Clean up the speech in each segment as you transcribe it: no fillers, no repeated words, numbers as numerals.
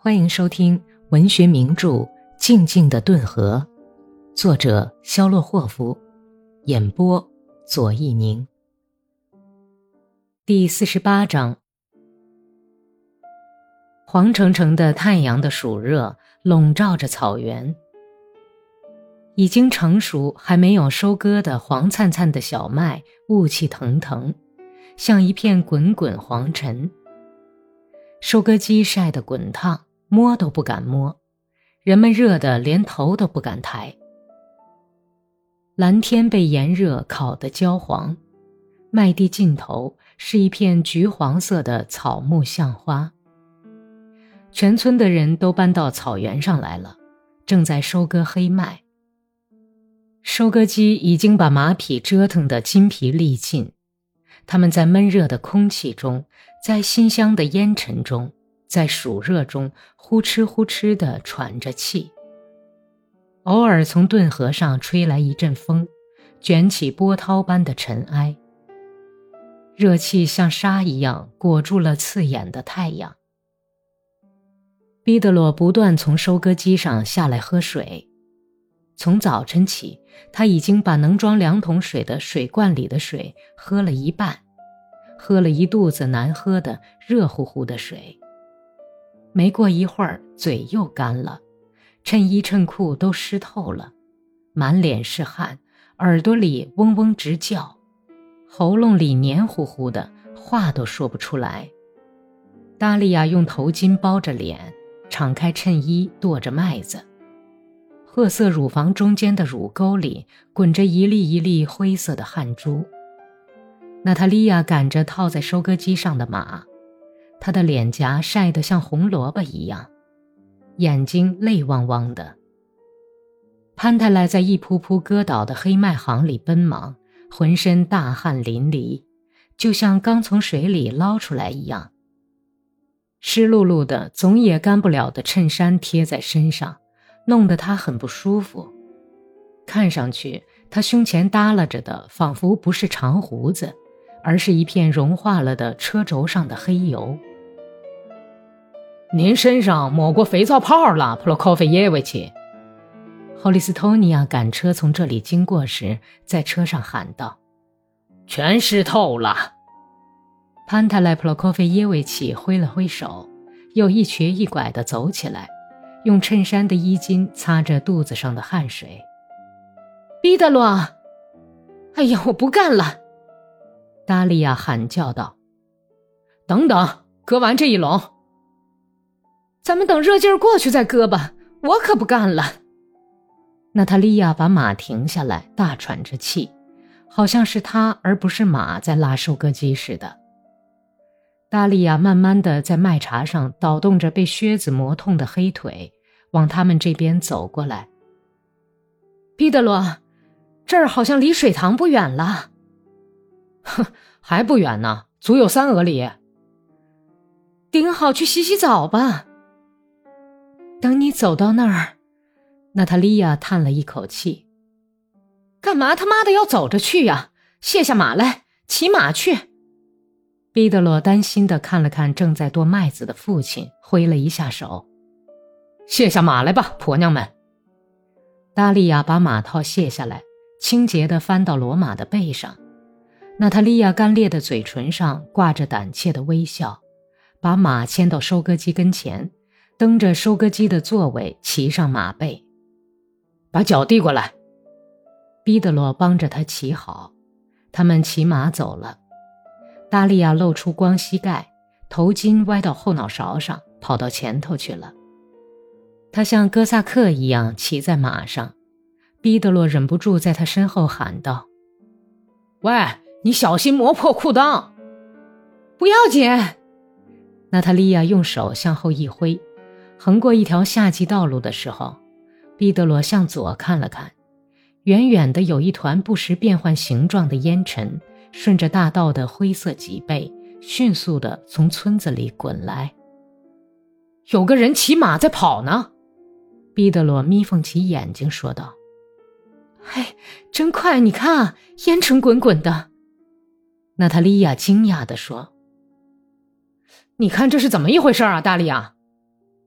欢迎收听文学名著《静静的顿河》，作者肖洛霍夫，演播左一宁。第48章。黄澄澄的太阳的暑热笼罩着草原，已经成熟还没有收割的黄灿灿的小麦雾气腾腾，像一片滚滚黄尘。收割机晒得滚烫，摸都不敢摸，人们热得连头都不敢抬。蓝天被炎热烤得焦黄，麦地尽头是一片橘黄色的草木象花。全村的人都搬到草原上来了，正在收割黑麦。收割机已经把马匹折腾得筋疲力尽，他们在闷热的空气中，在馨香的烟尘中，在暑热中呼哧呼哧地喘着气。偶尔从顿河上吹来一阵风，卷起波涛般的尘埃。热气像纱一样裹住了刺眼的太阳。毕德罗不断从收割机上下来喝水。从早晨起，他已经把能装2桶水的水罐里的水喝了一半，喝了一肚子难喝的热乎乎的水。没过一会儿，嘴又干了，衬衣衬裤都湿透了，满脸是汗，耳朵里嗡嗡直叫，喉咙里黏糊糊的，话都说不出来。达利亚用头巾包着脸，敞开衬衣剁着麦子。褐色乳房中间的乳沟里滚着一粒一粒灰色的汗珠。娜塔莉亚赶着套在收割机上的马，她的脸颊晒得像红萝卜一样，眼睛泪汪汪的。潘泰莱在一铺铺割倒的黑麦行里奔忙，浑身大汗淋漓，就像刚从水里捞出来一样。湿漉漉的总也干不了的衬衫贴在身上，弄得他很不舒服。看上去他胸前耷拉着的仿佛不是长胡子，而是一片融化了的车轴上的黑油。 您身上抹过肥皂泡了，普罗科菲耶维奇。 霍利斯托尼亚赶车从这里经过时，在车上喊道： 全湿透了。 潘塔莱普罗科菲耶维奇挥了挥手，又一瘸一拐地走起来，用衬衫的衣襟擦着肚子上的汗水。 毕德罗，哎呀，我不干了！ 达利亚喊叫道。 等等，割完这一垄。 咱们等热劲儿过去再割吧，我可不干了。 娜塔莉亚把马停下来，大喘着气，好像是他而不是马在拉收割机似的。达利亚慢慢地在麦茬上捣动着被靴子磨痛的黑腿，往他们这边走过来。 毕德罗，这儿好像离水塘不远了。 哼，还不远呢，足有3俄里。 顶好去洗洗澡吧。 等你走到那儿，娜塔莉亚叹了一口气。 干嘛他妈的要走着去呀？卸下马来，骑马去。 毕德罗担心地看了看正在剁麦子的父亲，挥了一下手。 卸下马来吧，婆娘们。 达利亚把马套卸下来，清洁地翻到骡马的背上。娜塔莉亚干裂的嘴唇上挂着胆怯的微笑，把马牵到收割机跟前，蹬着收割机的座位骑上马背。 把脚递过来。 毕德罗帮着他骑好，他们骑马走了。达利亚露出光膝盖，头巾歪到后脑勺上，跑到前头去了。他像哥萨克一样骑在马上，毕德罗忍不住在他身后喊道： 喂，你小心磨破裤裆。 不要紧。 娜塔莉亚用手向后一挥，横过一条夏季道路的时候，毕德罗向左看了看，远远的有一团不时变换形状的烟尘，顺着大道的灰色脊背，迅速地从村子里滚来。 有个人骑马在跑呢。 毕德罗眯缝起眼睛说道。 哎，真快，你看，烟尘滚滚的。 娜塔莉亚惊讶地说。 你看这是怎么一回事啊，达利亚？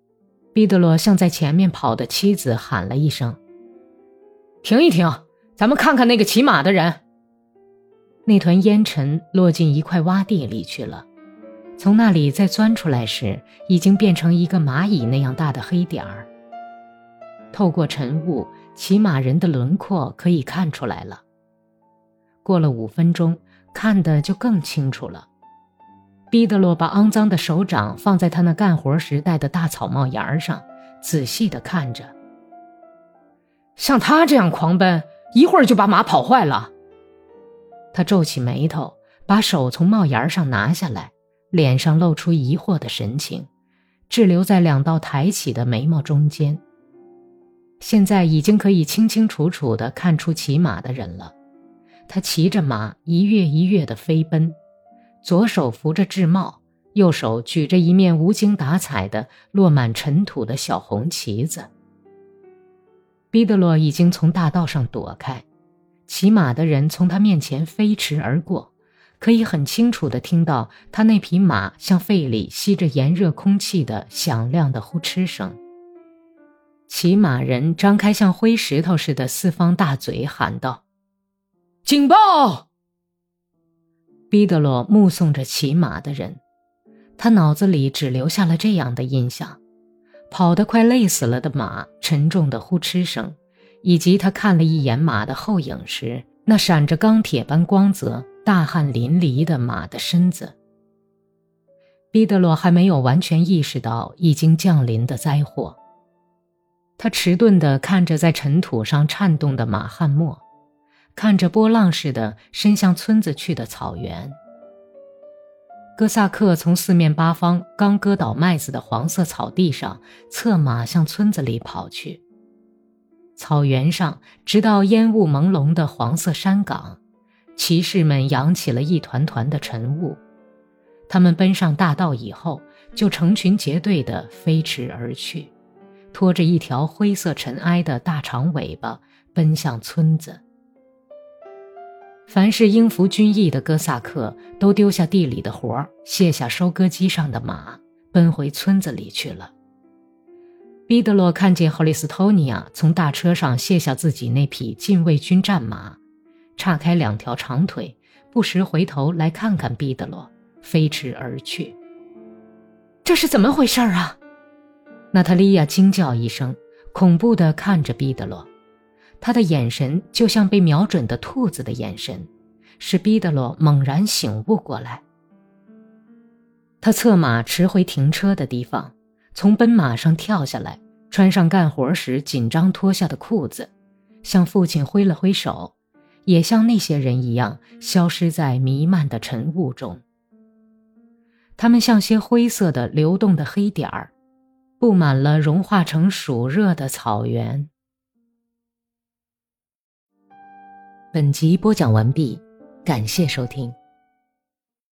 毕德罗向在前面跑的妻子喊了一声：“ 停一停，咱们看看那个骑马的人。” 那团烟尘落进一块洼地里去了，从那里再钻出来时，已经变成一个蚂蚁那样大的黑点儿。透过晨雾，骑马人的轮廓可以看出来了。过了5分钟，看得就更清楚了。毕德罗把肮脏的手掌放在他那干活时戴的大草帽檐上，仔细地看着。 像他这样狂奔，一会儿就把马跑坏了。 他皱起眉头，把手从帽檐上拿下来，脸上露出疑惑的神情，滞留在2道抬起的眉毛中间。现在已经可以清清楚楚地看出骑马的人了。他骑着马一跃一跃地飞奔，左手扶着制帽，右手举着一面无精打采的落满尘土的小红旗子。毕德罗已经从大道上躲开，骑马的人从他面前飞驰而过，可以很清楚地听到他那匹马像肺里吸着炎热空气的响亮的呼哧声。骑马人张开像灰石头似的4方大嘴喊道：“ 警报！” 毕德罗目送着骑马的人，他脑子里只留下了这样的印象：跑得快累死了的马沉重的呼哧声，以及他看了一眼马的后影时那闪着钢铁般光泽、大汗淋漓的马的身子。毕德罗还没有完全意识到已经降临的灾祸。他迟钝地看着在尘土上颤动的马汗沫，看着波浪似的伸向村子去的草原。哥萨克从4面8方刚割倒麦子的黄色草地上策马向村子里跑去。草原上直到烟雾朦胧的黄色山岗，骑士们扬起了一团团的晨雾。他们奔上大道以后，就成群结队地飞驰而去，拖着一条灰色尘埃的大长尾巴奔向村子。凡是应付军役的哥萨克都丢下地里的活，卸下收割机上的马，奔回村子里去了。毕德罗看见霍利斯托尼亚从大车上卸下自己那匹禁卫军战马，岔开2条长腿，不时回头来看看毕德罗，飞驰而去。 这是怎么回事啊？ 娜塔莉亚惊叫一声，恐怖地看着毕德罗，他的眼神就像被瞄准的兔子的眼神，使毕德罗猛然醒悟过来。他策马驰回停车的地方，从奔马上跳下来，穿上干活时紧张脱下的裤子，向父亲挥了挥手，也像那些人一样消失在弥漫的晨雾中。他们像些灰色的流动的黑点儿，布满了融化成暑热的草原。本集播讲完毕，感谢收听。